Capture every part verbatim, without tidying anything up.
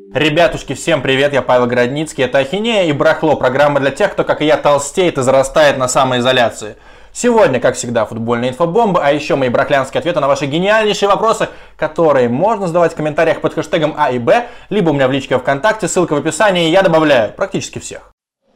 Ребятушки, всем привет, я Павел Городницкий, это Ахинея и Барахло, программа для тех, кто, как и я, толстеет и зарастает на самоизоляции. Сегодня, как всегда, футбольная инфобомба, а еще мои барахлянские ответы на ваши гениальнейшие вопросы, которые можно задавать в комментариях под хэштегом А и Б, либо у меня в личке ВКонтакте, ссылка в описании, и я добавляю практически всех.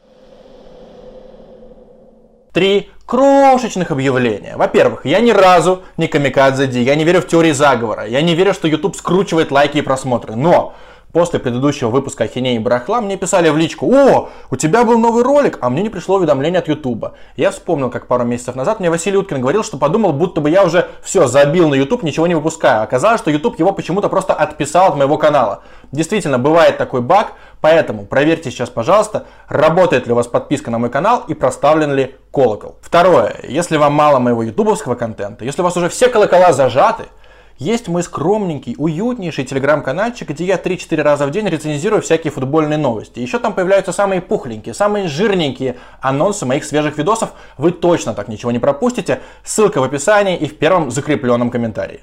Три крошечных объявления. Во-первых, я ни разу не камикадзе Ди, я не верю в теории заговора, я не верю, что YouTube скручивает лайки и просмотры, но после предыдущего выпуска Ахинеи и Барахла мне писали в личку: «О, у тебя был новый ролик, а мне не пришло уведомление от YouTube». Я вспомнил, как пару месяцев назад мне Василий Уткин говорил, что подумал, будто бы я уже все забил на YouTube, ничего не выпускаю. Оказалось, что YouTube его почему-то просто отписал от моего канала. Действительно, бывает такой баг, поэтому проверьте сейчас, пожалуйста, работает ли у вас подписка на мой канал и проставлен ли колокол. Второе, если вам мало моего ютубовского контента, если у вас уже все колокола зажаты, есть мой скромненький, уютнейший телеграм-канальчик, где я три-четыре раза в день рецензирую всякие футбольные новости. Еще там появляются самые пухленькие, самые жирненькие анонсы моих свежих видосов. Вы точно так ничего не пропустите. Ссылка в описании и в первом закрепленном комментарии.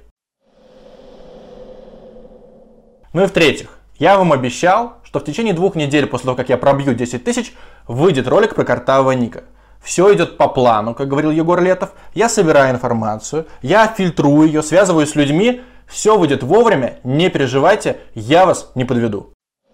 Ну и в-третьих, я вам обещал, что в течение двух недель после того, как я пробью десять тысяч, выйдет ролик про картавого Ника. Все идет по плану, как говорил Егор Летов. Я собираю информацию, я фильтрую ее, связываюсь с людьми. Все выйдет вовремя, не переживайте, я вас не подведу.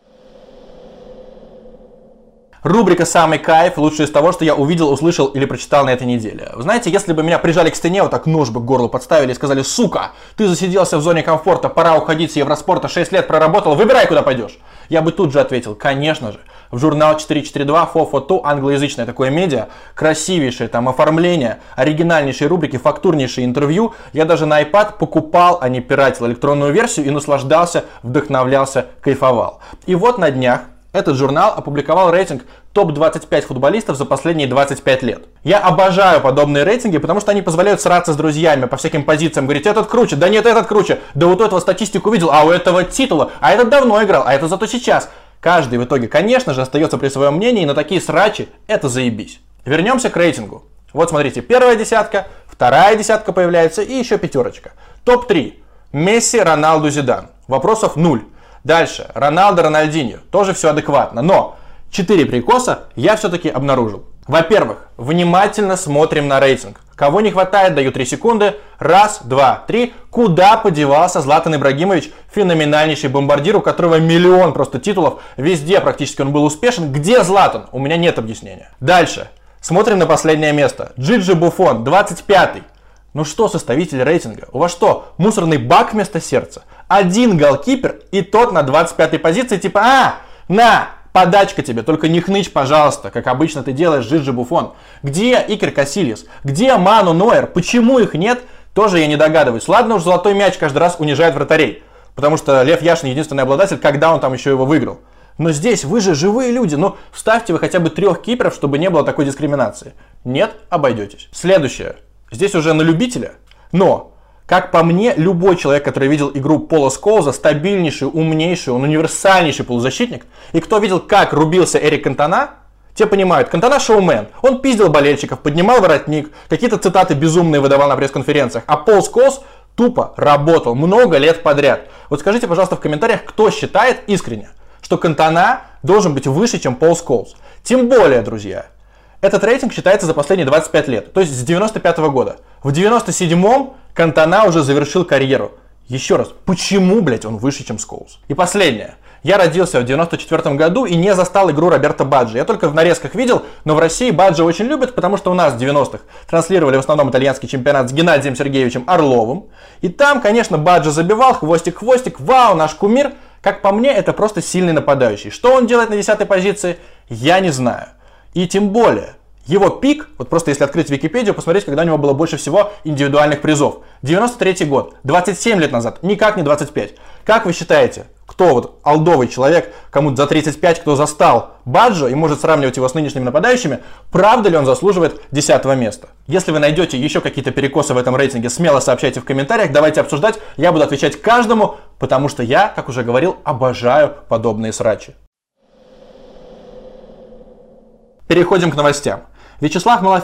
Рубрика «Самый кайф» лучше из того, что я увидел, услышал или прочитал на этой неделе. Вы знаете, если бы меня прижали к стене, вот так нож бы к горлу подставили и сказали: «Сука, ты засиделся в зоне комфорта, пора уходить с Евроспорта, шесть лет проработал, выбирай, куда пойдешь», я бы тут же ответил: конечно же. В журнал четыре четыре два, фо-фото, англоязычное такое медиа, красивейшее там оформление, оригинальнейшие рубрики, фактурнейшие интервью. Я даже на iPad покупал, а не пиратил электронную версию и наслаждался, вдохновлялся, кайфовал. И вот на днях этот журнал опубликовал рейтинг топ двадцать пять футболистов за последние двадцать пять лет. Я обожаю подобные рейтинги, потому что они позволяют сраться с друзьями по всяким позициям, говорить: этот круче, да нет, этот круче, да вот у этого статистику видел, а у этого титула, а этот давно играл, а это зато сейчас. Каждый в итоге, конечно же, остается при своем мнении, но такие срачи – это заебись. Вернемся к рейтингу. Вот смотрите, первая десятка, вторая десятка появляется и еще пятерочка. топ три. Месси, Роналду, Зидан. Вопросов нуль. Дальше. Роналдо, Рональдиньо. Тоже все адекватно. Но четыре прикоса я все-таки обнаружил. Во-первых, внимательно смотрим на рейтинг. Кого не хватает, даю три секунды. Раз, два, три. Куда подевался Златан Ибрагимович, феноменальнейший бомбардир, у которого миллион просто титулов, везде практически он был успешен. Где Златан? У меня нет объяснения. Дальше. Смотрим на последнее место. Джиджи Буфон, двадцать пятый. Ну что, составитель рейтинга, у вас что, мусорный бак вместо сердца? Один голкипер и тот на двадцать пятой позиции, типа: а, на, подачка тебе, только не хнычь, пожалуйста, как обычно ты делаешь, Джиджи Буфон. Где Икер Касильяс? Где Ману Нойер? Почему их нет? Тоже я не догадываюсь. Ладно уж, золотой мяч каждый раз унижает вратарей, потому что Лев Яшин единственный обладатель, когда он там еще его выиграл. Но здесь вы же живые люди, ну вставьте вы хотя бы трех киперов, чтобы не было такой дискриминации. Нет, обойдетесь. Следующее. Здесь уже на любителя, но, как по мне, любой человек, который видел игру Пола Сколза, стабильнейший, умнейший, он универсальнейший полузащитник, и кто видел, как рубился Эрик Кантона, те понимают: Кантона шоумен, он пиздил болельщиков, поднимал воротник, какие-то цитаты безумные выдавал на пресс-конференциях, а Пол Сколз тупо работал много лет подряд. Вот скажите, пожалуйста, в комментариях, кто считает искренне, что Кантона должен быть выше, чем Пол Сколз. Тем более, друзья, этот рейтинг считается за последние двадцать пять лет, то есть с девяносто пятого года. В девяносто седьмом Кантона уже завершил карьеру. Еще раз, почему, блять, он выше, чем Сколз? И последнее. Я родился в девяносто четвёртом году и не застал игру Роберто Баджо. Я только в нарезках видел, но в России Баджо очень любят, потому что у нас в девяностых транслировали в основном итальянский чемпионат с Геннадием Сергеевичем Орловым. И там, конечно, Баджо забивал, хвостик-хвостик, вау, наш кумир. Как по мне, это просто сильный нападающий. Что он делает на десятой позиции, я не знаю. И тем более, его пик, вот просто если открыть Википедию, посмотреть, когда у него было больше всего индивидуальных призов. девяносто третий год, двадцать семь лет назад, никак не двадцать пять. Как вы считаете, кто вот олдовый человек, кому за тридцать пять, кто застал Баджо и может сравнивать его с нынешними нападающими, правда ли он заслуживает десятого места? Если вы найдете еще какие-то перекосы в этом рейтинге, смело сообщайте в комментариях, давайте обсуждать, я буду отвечать каждому, потому что я, как уже говорил, обожаю подобные срачи. Переходим к новостям. Вячеслав Малафеев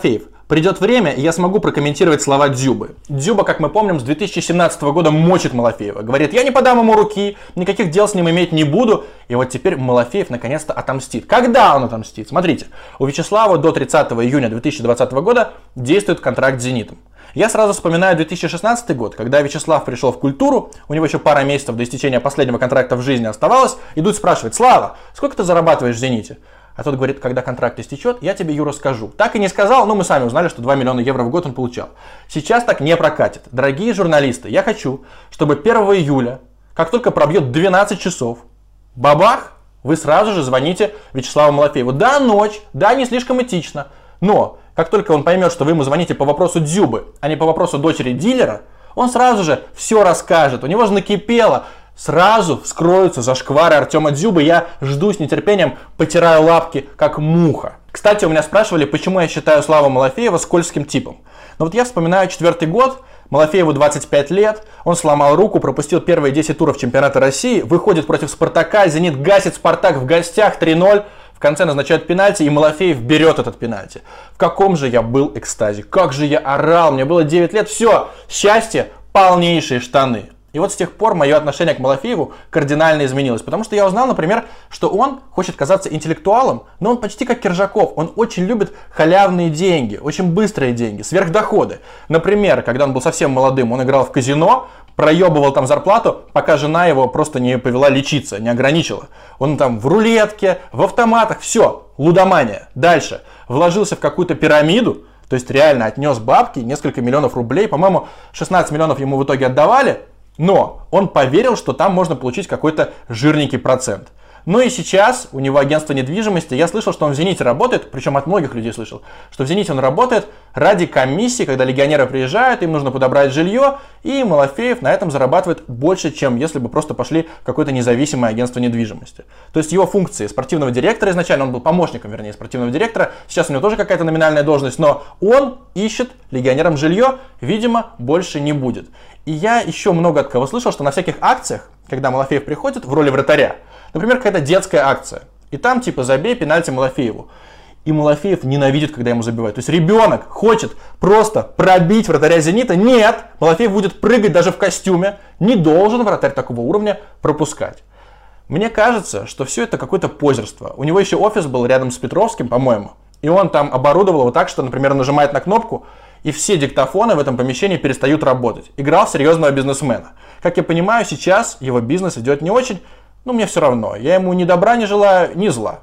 Придет время, и я смогу прокомментировать слова Дзюбы. Дзюба, как мы помним, с две тысячи семнадцатого года мочит Малафеева. Говорит, я не подам ему руки, никаких дел с ним иметь не буду. И вот теперь Малафеев наконец-то отомстит. Когда он отомстит? Смотрите, у Вячеслава до тридцатого июня две тысячи двадцатого года действует контракт с «Зенитом». Я сразу вспоминаю две тысячи шестнадцатый год, когда Вячеслав пришел в «Культуру», у него еще пара месяцев до истечения последнего контракта в жизни оставалось, идут спрашивать, Слава, сколько ты зарабатываешь в «Зените»? А тот говорит, когда контракт истечет, я тебе, Юра, скажу. Так и не сказал, но мы сами узнали, что два миллиона евро в год он получал. Сейчас так не прокатит. Дорогие журналисты, я хочу, чтобы первого июля, как только пробьет двенадцать часов, бабах, вы сразу же звоните Вячеславу Малафееву. Да, ночь, да, не слишком этично, но как только он поймет, что вы ему звоните по вопросу Дзюбы, а не по вопросу дочери дилера, он сразу же все расскажет. У него же накипело. Сразу вскроются зашквары Артема Дзюбы. Я жду с нетерпением, потираю лапки, как муха. Кстати, у меня спрашивали, почему я считаю Славу Малафеева скользким типом. Но вот я вспоминаю четвертый год, Малафееву двадцать пять лет, он сломал руку, пропустил первые десять туров чемпионата России, выходит против Спартака, Зенит гасит Спартак в гостях три ноль. В конце назначают пенальти, и Малафеев берет этот пенальти. В каком же я был экстазе, как же я орал, мне было девять лет, все, счастье, полнейшие штаны. И вот с тех пор мое отношение к Малафееву кардинально изменилось. Потому что я узнал, например, что он хочет казаться интеллектуалом, но он почти как Киржаков. Он очень любит халявные деньги, очень быстрые деньги, сверхдоходы. Например, когда он был совсем молодым, он играл в казино, проебывал там зарплату, пока жена его просто не повела лечиться, не ограничила. Он там в рулетке, в автоматах, все, лудомания. Дальше. Вложился в какую-то пирамиду, то есть реально отнес бабки, несколько миллионов рублей. По-моему, шестнадцать миллионов ему в итоге отдавали. Но он поверил, что там можно получить какой-то жирненький процент. Ну и сейчас у него агентство недвижимости. Я слышал, что он в «Зените» работает, причем от многих людей слышал, что в «Зените» он работает ради комиссии, когда легионеры приезжают, им нужно подобрать жилье, и Малафеев на этом зарабатывает больше, чем если бы просто пошли в какое-то независимое агентство недвижимости. То есть его функции спортивного директора изначально, он был помощником, вернее, спортивного директора, сейчас у него тоже какая-то номинальная должность, но он ищет легионерам жилье, видимо, больше не будет. И я еще много от кого слышал, что на всяких акциях, когда Малафеев приходит в роли вратаря, например, какая-то детская акция, и там типа забей пенальти Малафееву. И Малафеев ненавидит, когда ему забивают. То есть ребенок хочет просто пробить вратаря «Зенита». Нет, Малафеев будет прыгать даже в костюме. Не должен вратарь такого уровня пропускать. Мне кажется, что все это какое-то позерство. У него еще офис был рядом с Петровским, по-моему. И он там оборудовал его так, что, например, нажимает на кнопку, и все диктофоны в этом помещении перестают работать. Играл серьезного бизнесмена. Как я понимаю, сейчас его бизнес идет не очень, но мне все равно. Я ему ни добра не желаю, ни зла.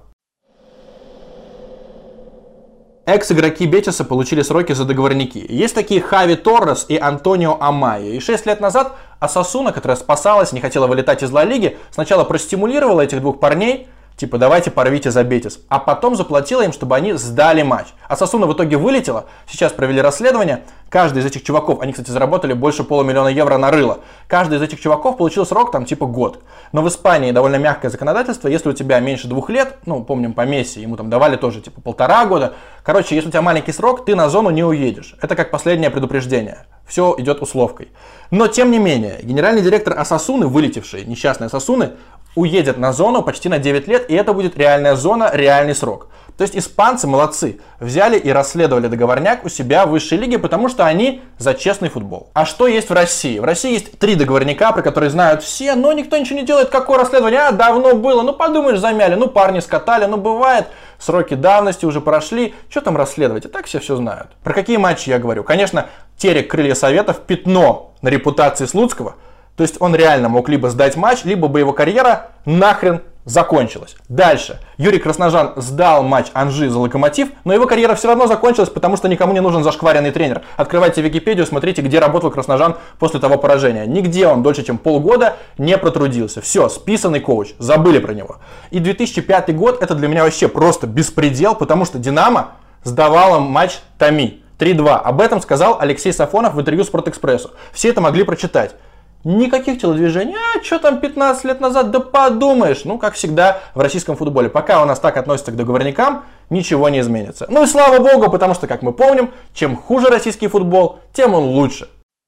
Экс-игроки Бетиса получили сроки за договорники. Есть такие Хави Торрес и Антонио Амайо. И шесть лет назад Осасуна, которая спасалась, не хотела вылетать из Ла Лиги, сначала простимулировала этих двух парней, типа давайте порвите за Бетис, а потом заплатила им, чтобы они сдали матч. Осасуна в итоге вылетела, сейчас провели расследование, каждый из этих чуваков, они, кстати, заработали больше полумиллиона евро на рыло, каждый из этих чуваков получил срок там типа год. Но в Испании довольно мягкое законодательство, если у тебя меньше двух лет, ну помним по Месси, ему там давали тоже типа полтора года, короче, если у тебя маленький срок, ты на зону не уедешь. Это как последнее предупреждение. Все идет условкой. Но тем не менее, генеральный директор Осасуны, вылетевший, несчастный Осасуны, уедет на зону почти на девять лет, и это будет реальная зона, реальный срок. То есть испанцы молодцы, взяли и расследовали договорняк у себя в высшей лиге, потому что они за честный футбол. А что есть в России? В России есть три договорняка, про которые знают все, но никто ничего не делает. Какое расследование? А, давно было, ну подумаешь, замяли, ну парни скатали, ну бывает, сроки давности уже прошли, что там расследовать? И так все все знают. Про какие матчи я говорю? Конечно, Терек Крылья Советов, пятно на репутации Слуцкого. То есть он реально мог либо сдать матч, либо бы его карьера нахрен закончилась. Дальше. Юрий Красножан сдал матч Анжи за Локомотив, но его карьера все равно закончилась, потому что никому не нужен зашкваренный тренер. Открывайте Википедию, смотрите, где работал Красножан после того поражения. Нигде он дольше, чем полгода не протрудился. Все, списанный коуч, забыли про него. И две тысячи пятый год это для меня вообще просто беспредел, потому что Динамо сдавала матч Томи три два. Об этом сказал Алексей Сафонов в интервью Спортэкспрессу. Все это могли прочитать. Никаких телодвижений, а что там пятнадцать лет назад, да подумаешь, ну как всегда в российском футболе, пока у нас так относятся к договорникам, ничего не изменится. Ну и слава богу, потому что, как мы помним, чем хуже российский футбол, тем он лучше.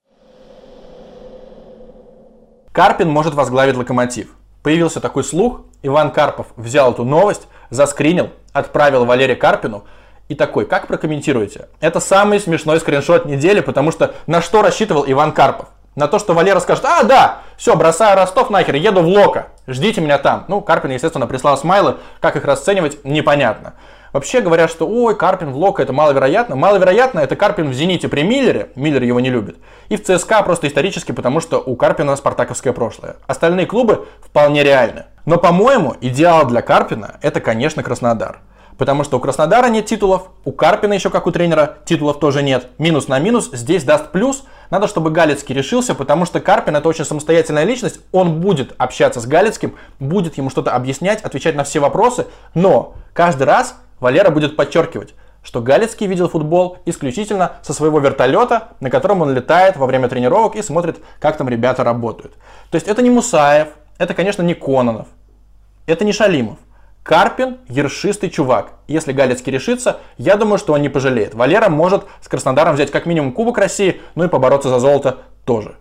Карпин может возглавить Локомотив. Появился такой слух, Иван Карпов взял эту новость, заскринил, отправил Валерию Карпину, и такой: как прокомментируете? Это самый смешной скриншот недели, потому что на что рассчитывал Иван Карпов? На то, что Валера скажет: а, да, все, бросаю Ростов нахер, еду в Локо, ждите меня там. Ну, Карпин, естественно, прислал смайлы, как их расценивать, непонятно. Вообще говорят, что ой, Карпин в Локо, это маловероятно. Маловероятно, это Карпин в Зените при Миллере, Миллер его не любит, и в ЦСКА просто исторически, потому что у Карпина спартаковское прошлое. Остальные клубы вполне реальны. Но, по-моему, идеал для Карпина это, конечно, Краснодар. Потому что у Краснодара нет титулов, у Карпина еще как у тренера титулов тоже нет. Минус на минус здесь даст плюс. Надо, чтобы Галицкий решился, потому что Карпин это очень самостоятельная личность. Он будет общаться с Галицким, будет ему что-то объяснять, отвечать на все вопросы. Но каждый раз Валера будет подчеркивать, что Галицкий видел футбол исключительно со своего вертолета, на котором он летает во время тренировок и смотрит, как там ребята работают. То есть это не Мусаев, это, конечно, не Кононов, это не Шалимов. Карпин ершистый чувак. Если Галицкий решится, я думаю, что он не пожалеет. Валера может с Краснодаром взять как минимум Кубок России, ну и побороться за золото тоже.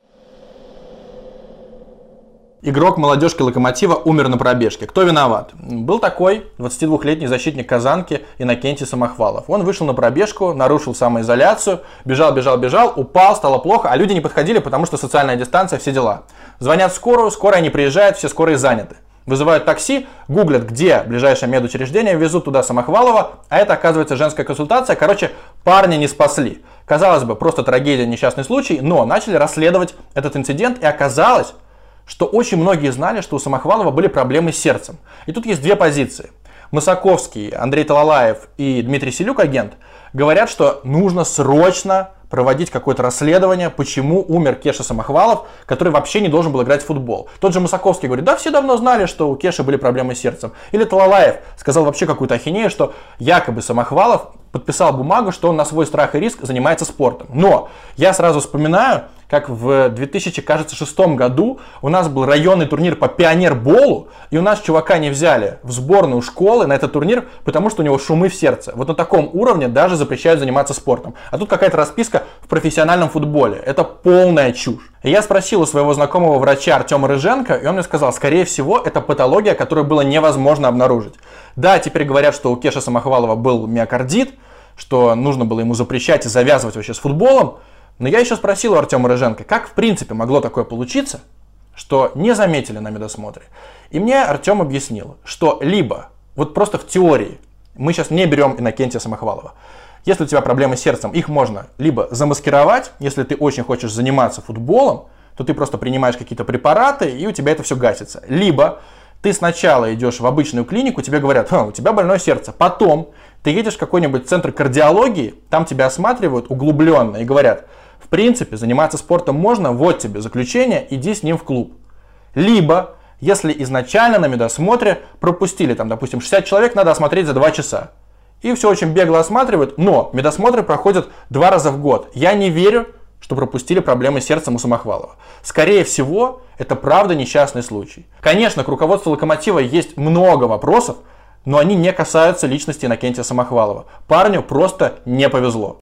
Игрок молодежки Локомотива умер на пробежке. Кто виноват? Был такой двадцатидвухлетний защитник Казанки Иннокентий Самохвалов. Он вышел на пробежку, нарушил самоизоляцию, бежал, бежал, бежал, упал, стало плохо, а люди не подходили, потому что социальная дистанция, все дела. Звонят в скорую, скорая не приезжает, все скорые заняты. Вызывают такси, гуглят, где ближайшее медучреждение, везут туда Самохвалова, а это, оказывается, женская консультация. Короче, парня не спасли. Казалось бы, просто трагедия, несчастный случай, но начали расследовать этот инцидент, и оказалось, что очень многие знали, что у Самохвалова были проблемы с сердцем. И тут есть две позиции. Мысаковский, Андрей Талалаев и Дмитрий Селюк, агент, говорят, что нужно срочно проводить какое-то расследование, почему умер Кеша Самохвалов, который вообще не должен был играть в футбол. Тот же Мысаковский говорит: да, все давно знали, что у Кеши были проблемы с сердцем. Или Талалаев сказал вообще какую-то ахинею, что якобы Самохвалов подписал бумагу, что он на свой страх и риск занимается спортом. Но я сразу вспоминаю, как в две тысячи шестом году у нас был районный турнир по пионерболу, и у нас чувака не взяли в сборную школы на этот турнир, потому что у него шумы в сердце. Вот на таком уровне даже запрещают заниматься спортом. А тут какая-то расписка в профессиональном футболе. Это полная чушь. И я спросил у своего знакомого врача Артема Рыженко, и он мне сказал: скорее всего, это патология, которую было невозможно обнаружить. Да, теперь говорят, что у Кеши Самохвалова был миокардит, что нужно было ему запрещать и завязывать вообще с футболом. Но я еще спросил у Артема Рыженко, как в принципе могло такое получиться, что не заметили на медосмотре. И мне Артем объяснил, что либо, вот просто в теории, мы сейчас не берем Иннокентия Самохвалова, если у тебя проблемы с сердцем, их можно либо замаскировать, если ты очень хочешь заниматься футболом, то ты просто принимаешь какие-то препараты, и у тебя это все гасится. Либо ты сначала идешь в обычную клинику, тебе говорят: у тебя больное сердце. Потом ты едешь в какой-нибудь центр кардиологии, там тебя осматривают углубленно и говорят: в принципе, заниматься спортом можно, вот тебе заключение, иди с ним в клуб. Либо, если изначально на медосмотре пропустили, там, допустим, шестьдесят человек надо осмотреть за два часа. И все очень бегло осматривают, но медосмотры проходят два раза в год. Я не верю, что пропустили проблемы с сердцем у Самохвалова. Скорее всего, это правда несчастный случай. Конечно, к руководству Локомотива есть много вопросов, но они не касаются личности Иннокентия Самохвалова. Парню просто не повезло.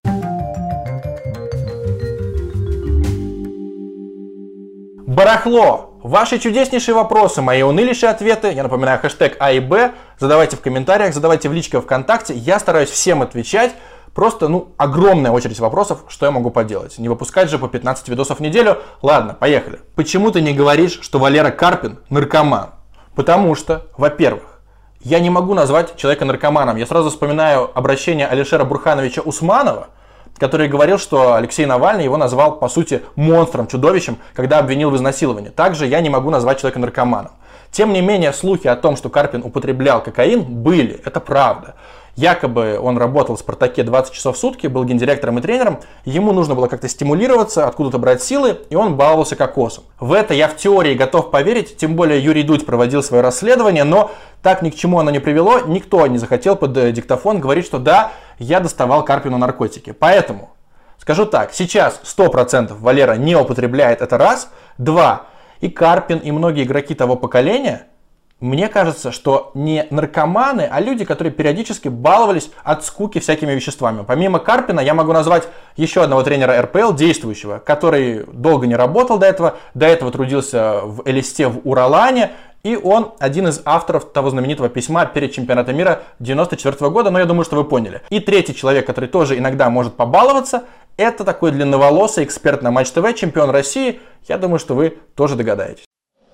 Барахло! Ваши чудеснейшие вопросы, мои унылейшие ответы, я напоминаю, хэштег А и Б, задавайте в комментариях, задавайте в личке ВКонтакте, я стараюсь всем отвечать. Просто, ну, огромная очередь вопросов, что я могу поделать. Не выпускать же по пятнадцать видосов в неделю. Ладно, поехали. Почему ты не говоришь, что Валера Карпин наркоман? Потому что, во-первых, я не могу назвать человека наркоманом. Я сразу вспоминаю обращение Алишера Бурхановича Усманова, который говорил, что Алексей Навальный его назвал, по сути, монстром, чудовищем, когда обвинил в изнасиловании. Также я не могу назвать человека наркоманом. Тем не менее, слухи о том, что Карпин употреблял кокаин, были. Это правда. Якобы он работал в «Спартаке» двадцать часов в сутки, был гендиректором и тренером, ему нужно было как-то стимулироваться, откуда-то брать силы, и он баловался кокосом. В это я в теории готов поверить, тем более Юрий Дудь проводил свое расследование, но так ни к чему оно не привело, никто не захотел под диктофон говорить, что да, я доставал Карпину наркотики. Поэтому, скажу так, сейчас сто процентов Валера не употребляет, это раз. Два, и Карпин, и многие игроки того поколения, мне кажется, что не наркоманы, а люди, которые периодически баловались от скуки всякими веществами. Помимо Карпина я могу назвать еще одного тренера эр пэ эл, действующего, который долго не работал до этого, до этого трудился в Элисте в Уралане, И он один из авторов того знаменитого письма перед чемпионатом мира девяносто четвёртого года, но я думаю, что вы поняли. И третий человек, который тоже иногда может побаловаться, это такой длинноволосый эксперт на Матч ТВ, чемпион России. Я думаю, что вы тоже догадаетесь.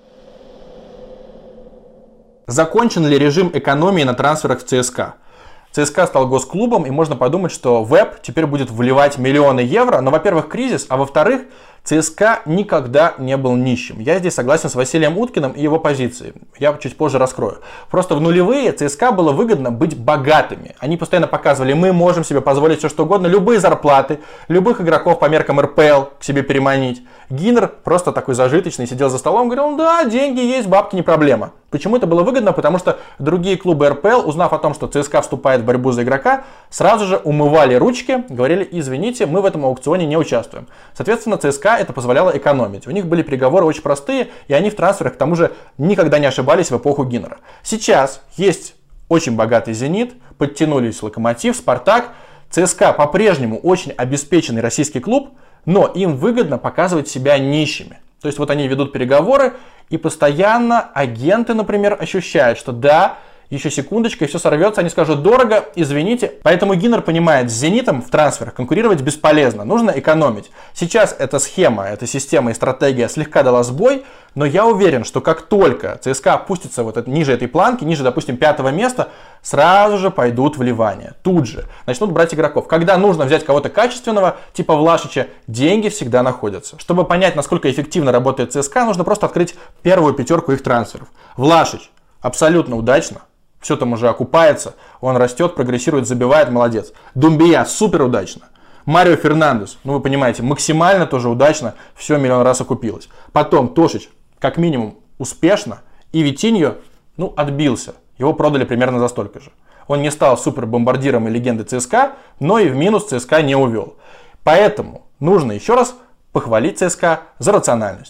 Закончен ли режим экономии на трансферах в ЦСКА? ЦСКА стал госклубом, и можно подумать, что ВЭП теперь будет вливать миллионы евро. Но, во-первых, кризис, а во-вторых, ЦСКА никогда не был нищим. Я здесь согласен с Василием Уткиным и его позицией. Я чуть позже раскрою. Просто в нулевые ЦСКА было выгодно быть богатыми. Они постоянно показывали, мы можем себе позволить все что угодно, любые зарплаты, любых игроков по меркам эр пэ эл к себе переманить. Гиннер просто такой зажиточный, сидел за столом, говорил, ну да, деньги есть, бабки не проблема. Почему это было выгодно? Потому что другие клубы эр пэ эл, узнав о том, что ЦСКА вступает в борьбу за игрока, сразу же умывали ручки, говорили, извините, мы в этом аукционе не участвуем. Соответственно, ЦСКА это позволяло экономить. У них были переговоры очень простые, и они в трансферах, к тому же, никогда не ошибались в эпоху Гиннера. Сейчас есть очень богатый «Зенит», подтянулись «Локомотив», «Спартак». ЦСКА по-прежнему очень обеспеченный российский клуб, но им выгодно показывать себя нищими. То есть вот они ведут переговоры, и постоянно агенты, например, ощущают, что да, еще секундочка, и все сорвется, они скажут дорого, извините. Поэтому Гиннер понимает, с «Зенитом» в трансферах конкурировать бесполезно, нужно экономить. Сейчас эта схема, эта система и стратегия слегка дала сбой, но я уверен, что как только ЦСКА опустится вот это, ниже этой планки, ниже, допустим, пятого места, сразу же пойдут вливания. Тут же начнут брать игроков. Когда нужно взять кого-то качественного, типа Влашича, деньги всегда находятся. Чтобы понять, насколько эффективно работает ЦСКА, нужно просто открыть первую пятерку их трансферов. Влашич абсолютно удачно. Все там уже окупается, он растет, прогрессирует, забивает, молодец. Думбия супер удачно. Марио Фернандес, ну вы понимаете, максимально тоже удачно, все миллион раз окупилось. Потом Тошич, как минимум, успешно. И Витиньо, ну, отбился. Его продали примерно за столько же. Он не стал супер бомбардиром и легендой ЦСКА, но и в минус ЦСКА не увел. Поэтому нужно еще раз похвалить ЦСКА за рациональность.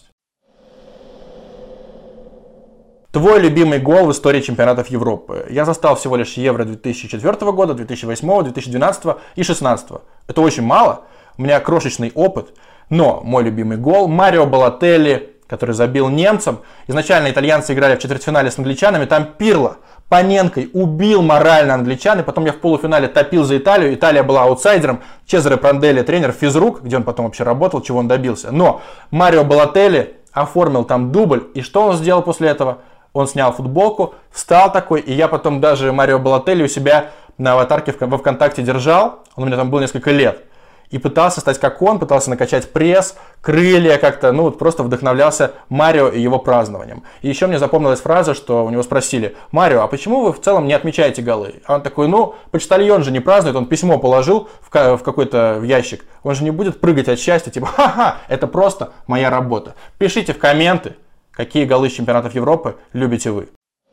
Твой любимый гол в истории чемпионатов Европы. Я застал всего лишь Евро две тысячи четвёртого года, две тысячи восьмого, две тысячи двенадцатого и две тысячи шестнадцатого. Это очень мало, у меня крошечный опыт, но мой любимый гол Марио Балотелли, который забил немцам. Изначально итальянцы играли в четвертьфинале с англичанами, там Пирло Паненкой убил морально англичан, и потом я в полуфинале топил за Италию. Италия была аутсайдером, Чезаре Пранделли тренер, физрук, где он потом вообще работал, чего он добился. Но Марио Балотелли оформил там дубль, и что он сделал после этого? Он снял футболку, встал такой, и я потом даже Марио Балотелли у себя на аватарке во ВКонтакте держал, он у меня там был несколько лет, и пытался стать как он, пытался накачать пресс, крылья как-то, ну вот просто вдохновлялся Марио и его празднованием. И еще мне запомнилась фраза, что у него спросили, Марио, а почему вы в целом не отмечаете голы? А он такой, ну, почтальон же не празднует, он письмо положил в, в какой-то ящик, он же не будет прыгать от счастья, типа, ха-ха, это просто моя работа. Пишите в комменты, какие голы с чемпионатов Европы любите вы.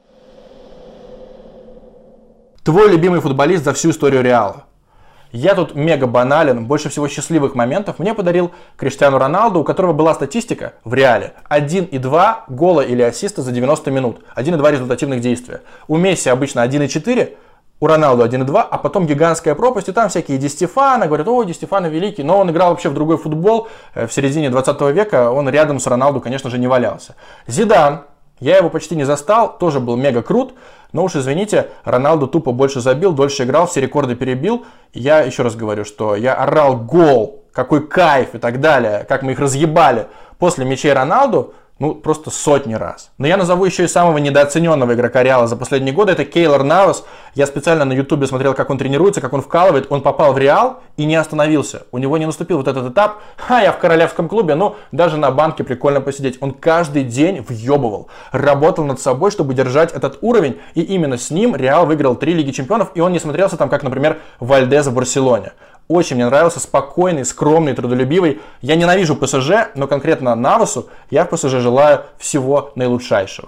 Твой любимый футболист за всю историю Реала. Я тут мега банален, больше всего счастливых моментов мне подарил Криштиану Роналду, у которого была статистика в Реале один и два гола или ассиста за девяносто минут, один и два результативных действия. У Месси обычно один и четыре, у Роналду один и два, а потом гигантская пропасть, и там всякие Ди Стефано, говорят, о, Ди Стефано великий, но он играл вообще в другой футбол, в середине двадцатого века, он рядом с Роналду, конечно же, не валялся. Зидан, я его почти не застал, тоже был мега крут, но уж извините, Роналду тупо больше забил, дольше играл, все рекорды перебил. Я еще раз говорю, что я орал гол, какой кайф и так далее, как мы их разъебали после мячей Роналду, ну, просто сотни раз. Но я назову еще и самого недооцененного игрока Реала за последние годы. Это Кейлор Навас. Я специально на ютубе смотрел, как он тренируется, как он вкалывает. Он попал в Реал и не остановился. У него не наступил вот этот этап. Ха, я в королевском клубе, ну, даже на банке прикольно посидеть. Он каждый день въебывал. Работал над собой, чтобы держать этот уровень. И именно с ним Реал выиграл три Лиги Чемпионов. И он не смотрелся там, как, например, Вальдес в Барселоне. Очень мне нравился, спокойный, скромный, трудолюбивый. Я ненавижу ПСЖ, но конкретно Навасу я в ПСЖ желаю всего наилучшего.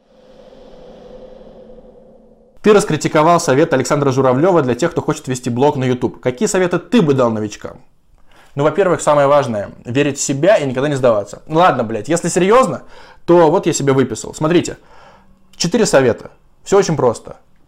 Ты раскритиковал совет Александра Журавлева для тех, кто хочет вести блог на YouTube. Какие советы ты бы дал новичкам? Ну, во-первых, самое важное – верить в себя и никогда не сдаваться. Ну, ладно, блядь, если серьезно, то вот я себе выписал. Смотрите, четыре совета. Все очень просто.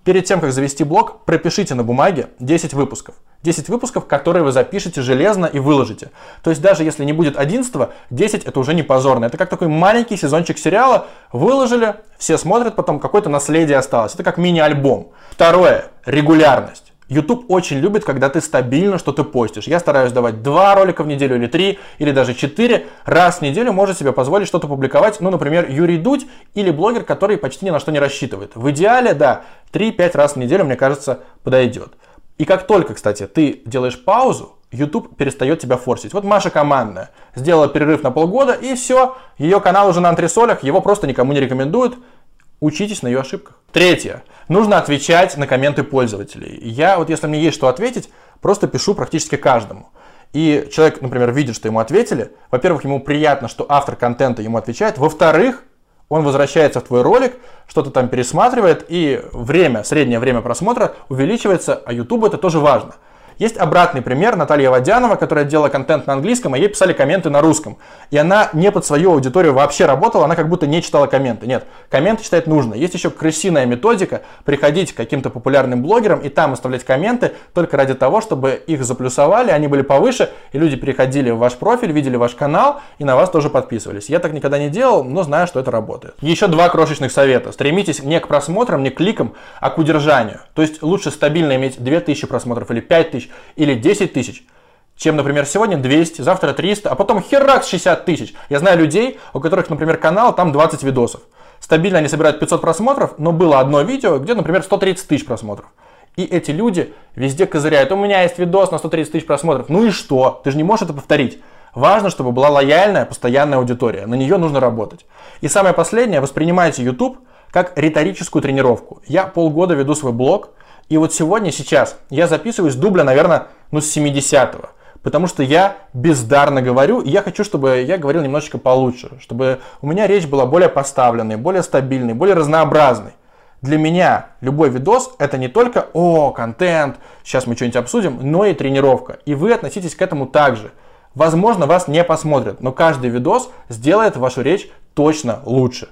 Перед тем, как завести блог, пропишите на бумаге десять выпусков. десять выпусков, которые вы запишете железно и выложите. То есть даже если не будет одиннадцатого, десять это уже не позорно. Это как такой маленький сезончик сериала. Выложили, все смотрят, потом какое-то наследие осталось. Это как мини-альбом. Второе. Регулярность. YouTube очень любит, когда ты стабильно что-то постишь. Я стараюсь давать два ролика в неделю или три, или даже четыре. Раз в неделю может себе позволить что-то публиковать. Ну, например, Юрий Дудь или блогер, который почти ни на что не рассчитывает. В идеале, да, три-пять раз в неделю, мне кажется, подойдет. И как только, кстати, ты делаешь паузу, YouTube перестает тебя форсить. Вот Маша Командная сделала перерыв на полгода, и все, ее канал уже на антресолях, его просто никому не рекомендуют. Учитесь на ее ошибках. Третье. Нужно отвечать на комменты пользователей. Я вот, если мне есть что ответить, просто пишу практически каждому. И человек, например, видит, что ему ответили. Во-первых, ему приятно, что автор контента ему отвечает. Во-вторых, он возвращается в твой ролик, что-то там пересматривает, и время, среднее время просмотра увеличивается, а YouTube это тоже важно. Есть обратный пример, Наталья Водянова, которая делала контент на английском, а ей писали комменты на русском. И она не под свою аудиторию вообще работала, она как будто не читала комменты. Нет, комменты читать нужно. Есть еще крысиная методика, приходить к каким-то популярным блогерам и там оставлять комменты только ради того, чтобы их заплюсовали, они были повыше, и люди переходили в ваш профиль, видели ваш канал и на вас тоже подписывались. Я так никогда не делал, но знаю, что это работает. Еще два крошечных совета. Стремитесь не к просмотрам, не к кликам, а к удержанию. То есть лучше стабильно иметь две тысячи просмотров или пять тысяч, или десять тысяч, чем, например, сегодня двести, завтра триста, а потом херак шестьдесят тысяч. Я знаю людей, у которых, например, канал, там двадцать видосов. Стабильно они собирают пятьсот просмотров, но было одно видео, где, например, сто тридцать тысяч просмотров. И эти люди везде козыряют. У меня есть видос на сто тридцать тысяч просмотров. Ну и что? Ты же не можешь это повторить. Важно, чтобы была лояльная, постоянная аудитория. На нее нужно работать. И самое последнее, воспринимайте YouTube как риторическую тренировку. Я полгода веду свой блог. И вот сегодня, сейчас, я записываюсь дубля, наверное, ну, с семидесятого. Потому что я бездарно говорю, и я хочу, чтобы я говорил немножечко получше. Чтобы у меня речь была более поставленной, более стабильной, более разнообразной. Для меня любой видос это не только «О, контент, сейчас мы что-нибудь обсудим», но и тренировка. И вы относитесь к этому так же. Возможно, вас не посмотрят, но каждый видос сделает вашу речь точно лучше.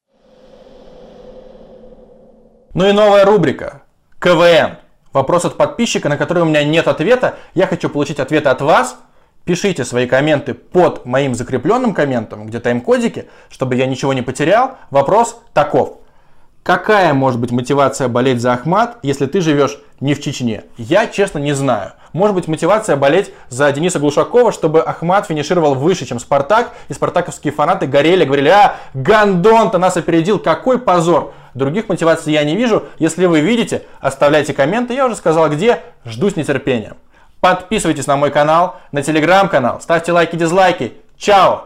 Ну и новая рубрика. ка вэ эн. Вопрос от подписчика, на который у меня нет ответа. Я хочу получить ответы от вас. Пишите свои комменты под моим закрепленным комментом, где тайм-кодики, чтобы я ничего не потерял. Вопрос таков. Какая может быть мотивация болеть за Ахмат, если ты живешь не в Чечне? Я, честно, не знаю. Может быть мотивация болеть за Дениса Глушакова, чтобы Ахмат финишировал выше, чем Спартак, и спартаковские фанаты горели, говорили: а, Гондон-то нас опередил, какой позор. Других мотиваций я не вижу. Если вы видите, оставляйте комменты. Я уже сказал где, жду с нетерпением. Подписывайтесь на мой канал, на телеграм-канал, ставьте лайки, дизлайки. Чао!